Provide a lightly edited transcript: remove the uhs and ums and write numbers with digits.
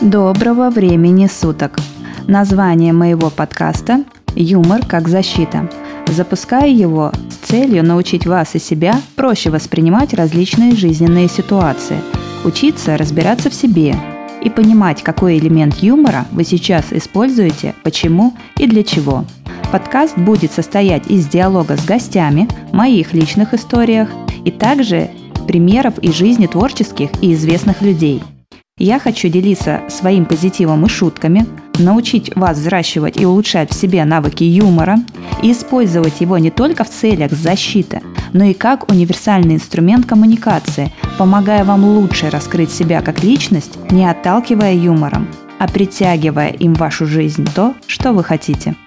Доброго времени суток! Название моего подкаста «Юмор как защита». Запускаю его с целью научить вас и себя проще воспринимать различные жизненные ситуации, учиться разбираться в себе и понимать, какой элемент юмора вы сейчас используете, почему и для чего. Подкаст будет состоять из диалога с гостями, моих личных историях и также примеров из жизни творческих и известных людей. Я хочу делиться своим позитивом и шутками, научить вас взращивать и улучшать в себе навыки юмора и использовать его не только в целях защиты, но и как универсальный инструмент коммуникации, помогая вам лучше раскрыть себя как личность, не отталкивая юмором, а притягивая им в вашу жизнь то, что вы хотите.